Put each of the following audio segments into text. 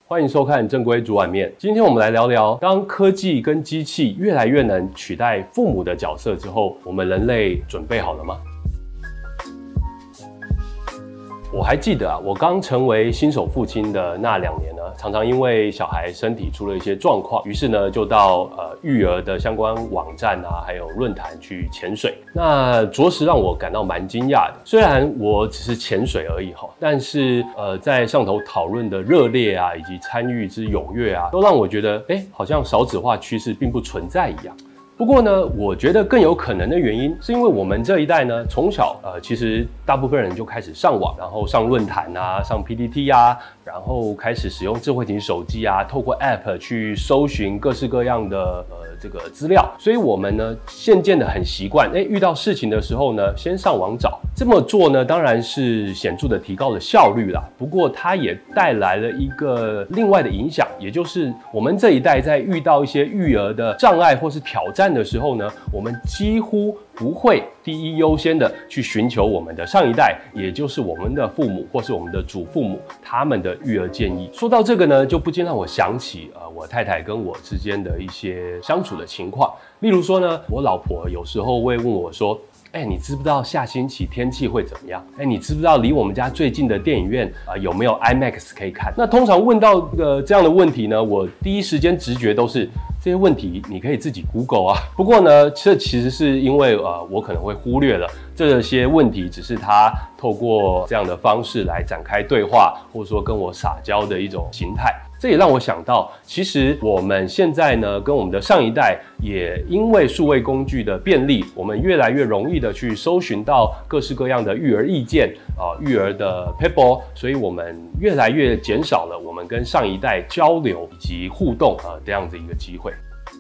欢迎收看正规煮碗面。今天我们来聊聊，当科技跟机器越来越能取代父母的角色之后，我们人类准备好了吗？我还记得我刚成为新手父亲的那2年呢，常常因为小孩身体出了一些状况，于是呢就到育儿的相关网站啊，还有论坛去潜水。那着实让我感到蛮惊讶的。虽然我只是潜水而已但是在上头讨论的热烈啊，以及参与之踊跃啊，都让我觉得好像少子化趋势并不存在一样。不过呢，我觉得更有可能的原因，是因为我们这一代呢，从小其实大部分人就开始上网，然后上论坛啊，上 PTT 啊，然后开始使用智慧型手机啊，透过 App 去搜寻各式各样的这个资料，所以我们呢渐渐的很习惯，遇到事情的时候呢，先上网找。这么做呢，当然是显著的提高了效率啦。不过它也带来了一个另外的影响，也就是我们这一代在遇到一些育儿的障碍或是挑战的时候呢，我们几乎不会第一优先的去寻求我们的上一代，也就是我们的父母或是我们的祖父母他们的育儿建议。说到这个呢，就不禁让我想起我太太跟我之间的一些相处的情况。例如说呢，我老婆有时候会问我说，你知不知道下星期天气会怎么样？你知不知道离我们家最近的电影院有没有 IMAX 可以看？那通常问到这样的问题呢，我第一时间直觉都是这些问题你可以自己 Google 啊。不过呢，这其实是因为我可能会忽略了这些问题，只是他透过这样的方式来展开对话，或者说跟我撒娇的一种形态。这也让我想到，其实我们现在呢，跟我们的上一代也因为数位工具的便利，我们越来越容易的去搜寻到各式各样的育儿意见育儿的 paper， 所以我们越来越减少了我们跟上一代交流以及互动这样子一个机会。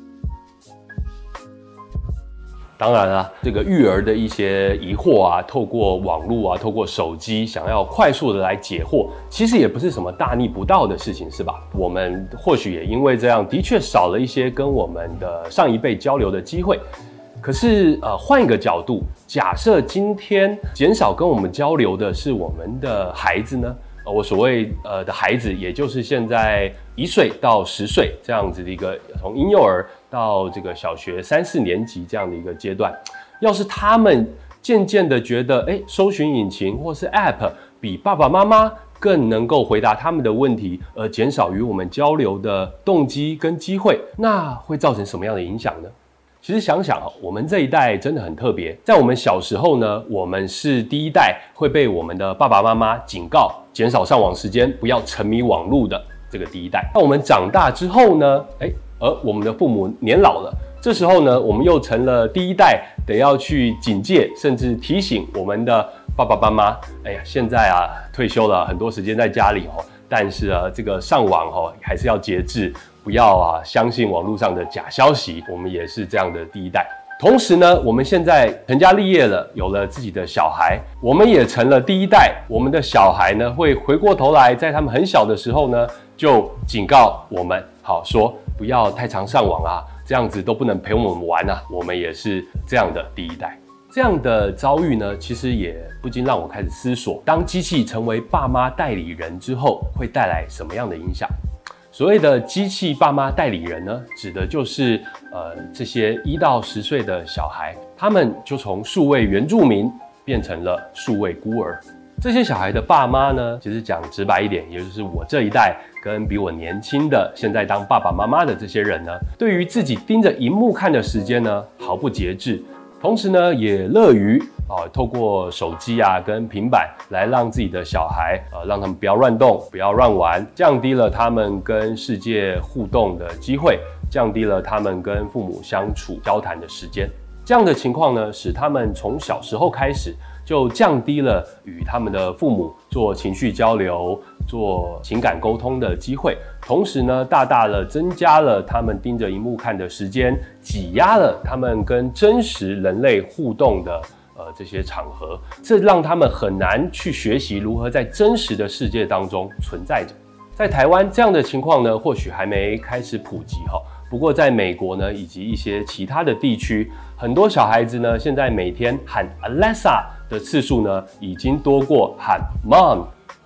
当然啦，这个育儿的一些疑惑啊，透过网络啊，透过手机，想要快速的来解惑，其实也不是什么大逆不道的事情，是吧？我们或许也因为这样，的确少了一些跟我们的上一辈交流的机会。可是换一个角度，假设今天减少跟我们交流的是我们的孩子呢？我所谓的孩子，也就是现在1岁到10岁这样子的一个从婴幼儿到这个小学3、4年级这样的一个阶段，要是他们渐渐的觉得，搜寻引擎或是 App 比爸爸妈妈更能够回答他们的问题，而减少与我们交流的动机跟机会，那会造成什么样的影响呢？其实想想我们这一代真的很特别。在我们小时候呢，我们是第一代会被我们的爸爸妈妈警告减少上网时间，不要沉迷网络的这个第一代。那我们长大之后呢，而我们的父母年老了，这时候呢，我们又成了第一代得要去警戒甚至提醒我们的爸爸妈妈，现在退休了，很多时间在家里但是这个上网还是要节制，不要相信网络上的假消息。我们也是这样的第一代。同时呢，我们现在成家立业了，有了自己的小孩，我们也成了第一代。我们的小孩呢，会回过头来，在他们很小的时候呢，就警告我们，说不要太常上网这样子都不能陪我们玩我们也是这样的第一代。这样的遭遇呢，其实也不禁让我开始思索，当机器成为爸妈代理人之后，会带来什么样的影响？所谓的机器爸妈代理人呢，指的就是这些1到10岁的小孩，他们就从数位原住民变成了数位孤儿。这些小孩的爸妈呢，其实讲直白一点，也就是我这一代跟比我年轻的现在当爸爸妈妈的这些人呢，对于自己盯着荧幕看的时间呢，毫不节制。同时呢，也乐于透过手机跟平板来让自己的小孩让他们不要乱动，不要乱玩，降低了他们跟世界互动的机会，降低了他们跟父母相处交谈的时间。这样的情况呢，使他们从小时候开始就降低了与他们的父母做情绪交流、做情感沟通的机会，同时呢，大大的增加了他们盯着荧幕看的时间，挤压了他们跟真实人类互动的这些场合，这让他们很难去学习如何在真实的世界当中存在着。在台湾这样的情况呢，或许还没开始普及不过在美国呢，以及一些其他的地区，很多小孩子呢，现在每天喊 Alexa 的次数呢，已经多过喊 Mom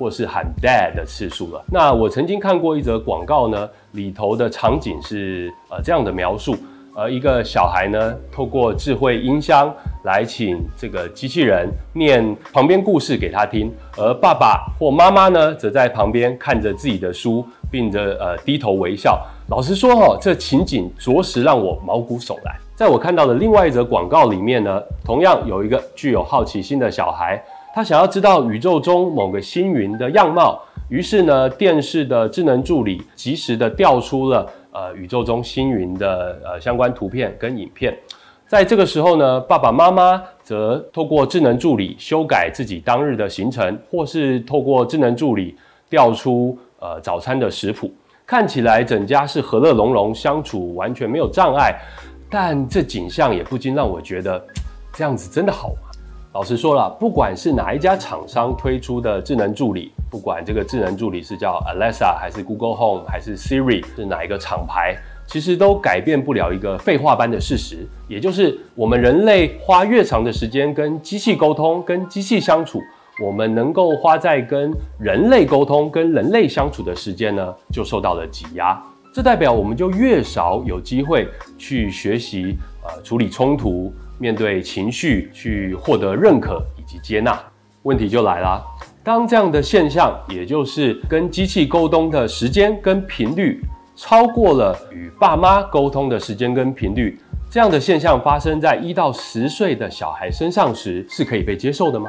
或是喊 dad 的次数了。那我曾经看过一则广告呢，里头的场景是这样的描述。一个小孩呢，透过智慧音箱来请这个机器人念旁边故事给他听，而爸爸或妈妈呢，则在旁边看着自己的书，并低头微笑。老实说这情景着实让我毛骨悚然。在我看到的另外一则广告里面呢，同样有一个具有好奇心的小孩，他想要知道宇宙中某个星云的样貌，于是呢，电视的智能助理及时的调出了宇宙中星云的相关图片跟影片。在这个时候呢，爸爸妈妈则透过智能助理修改自己当日的行程，或是透过智能助理调出早餐的食谱，看起来整家是和乐融融，相处完全没有障碍。但这景象也不禁让我觉得，这样子真的好吗？老实说了，不管是哪一家厂商推出的智能助理，不管这个智能助理是叫 Alexa 还是 Google Home 还是 Siri 是哪一个厂牌，其实都改变不了一个废话般的事实，也就是我们人类花越长的时间跟机器沟通、跟机器相处，我们能够花在跟人类沟通、跟人类相处的时间呢，就受到了挤压。这代表我们就越少有机会去学习处理冲突、面对情绪，去获得认可以及接纳。问题就来啦，当这样的现象，也就是跟机器沟通的时间跟频率超过了与爸妈沟通的时间跟频率，这样的现象发生在1到10岁的小孩身上时，是可以被接受的吗？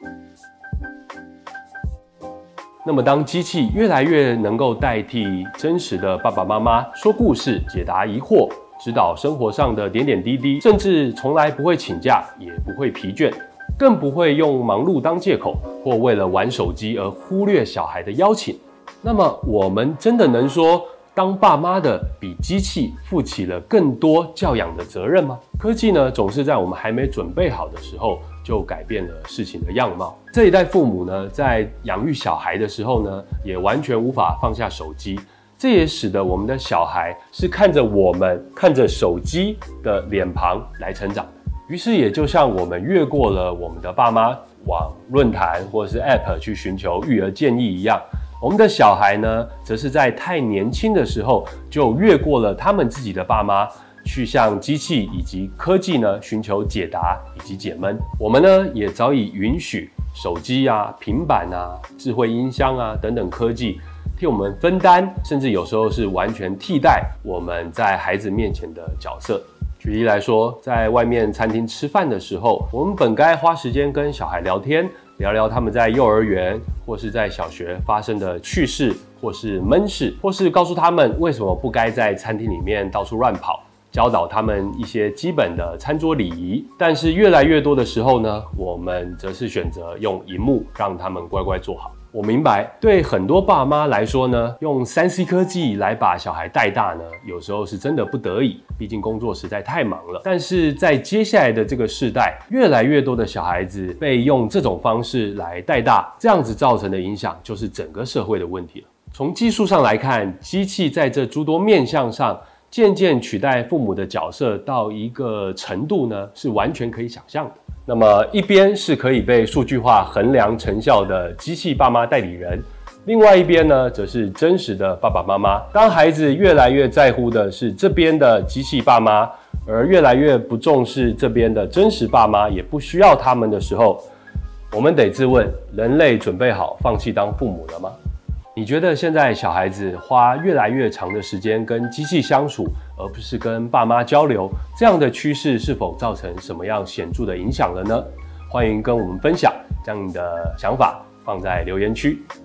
那么当机器越来越能够代替真实的爸爸妈妈说故事、解答疑惑、指导生活上的点点滴滴，甚至从来不会请假，也不会疲倦，更不会用忙碌当借口，或为了玩手机而忽略小孩的邀请，那么我们真的能说当爸妈的比机器负起了更多教养的责任吗？科技呢，总是在我们还没准备好的时候就改变了事情的样貌。这一代父母呢，在养育小孩的时候呢，也完全无法放下手机，这也使得我们的小孩是看着我们看着手机的脸庞来成长的。于是也就像我们越过了我们的爸妈往论坛或者是 App 去寻求育儿建议一样，我们的小孩呢，则是在太年轻的时候就越过了他们自己的爸妈，去向机器以及科技呢寻求解答以及解闷。我们呢也早已允许手机啊、平板啊、智慧音箱啊等等科技替我们分担，甚至有时候是完全替代我们在孩子面前的角色。举例来说，在外面餐厅吃饭的时候，我们本该花时间跟小孩聊天，聊聊他们在幼儿园或是在小学发生的趣事，或是闷事，或是告诉他们为什么不该在餐厅里面到处乱跑，教导他们一些基本的餐桌礼仪。但是越来越多的时候呢，我们则是选择用萤幕让他们乖乖坐好。我明白，对很多爸妈来说呢，用3C 科技来把小孩带大呢，有时候是真的不得已，毕竟工作实在太忙了。但是在接下来的这个世代，越来越多的小孩子被用这种方式来带大，这样子造成的影响就是整个社会的问题了。从技术上来看，机器在这诸多面向上渐渐取代父母的角色到一个程度呢，是完全可以想象的。那么一边是可以被数据化衡量成效的机器爸妈代理人，另外一边呢，则是真实的爸爸妈妈。当孩子越来越在乎的是这边的机器爸妈，而越来越不重视这边的真实爸妈，也不需要他们的时候，我们得自问：人类准备好放弃当父母了吗？你觉得现在小孩子花越来越长的时间跟机器相处，而不是跟爸妈交流，这样的趋势是否造成什么样显著的影响了呢？欢迎跟我们分享，将你的想法放在留言区。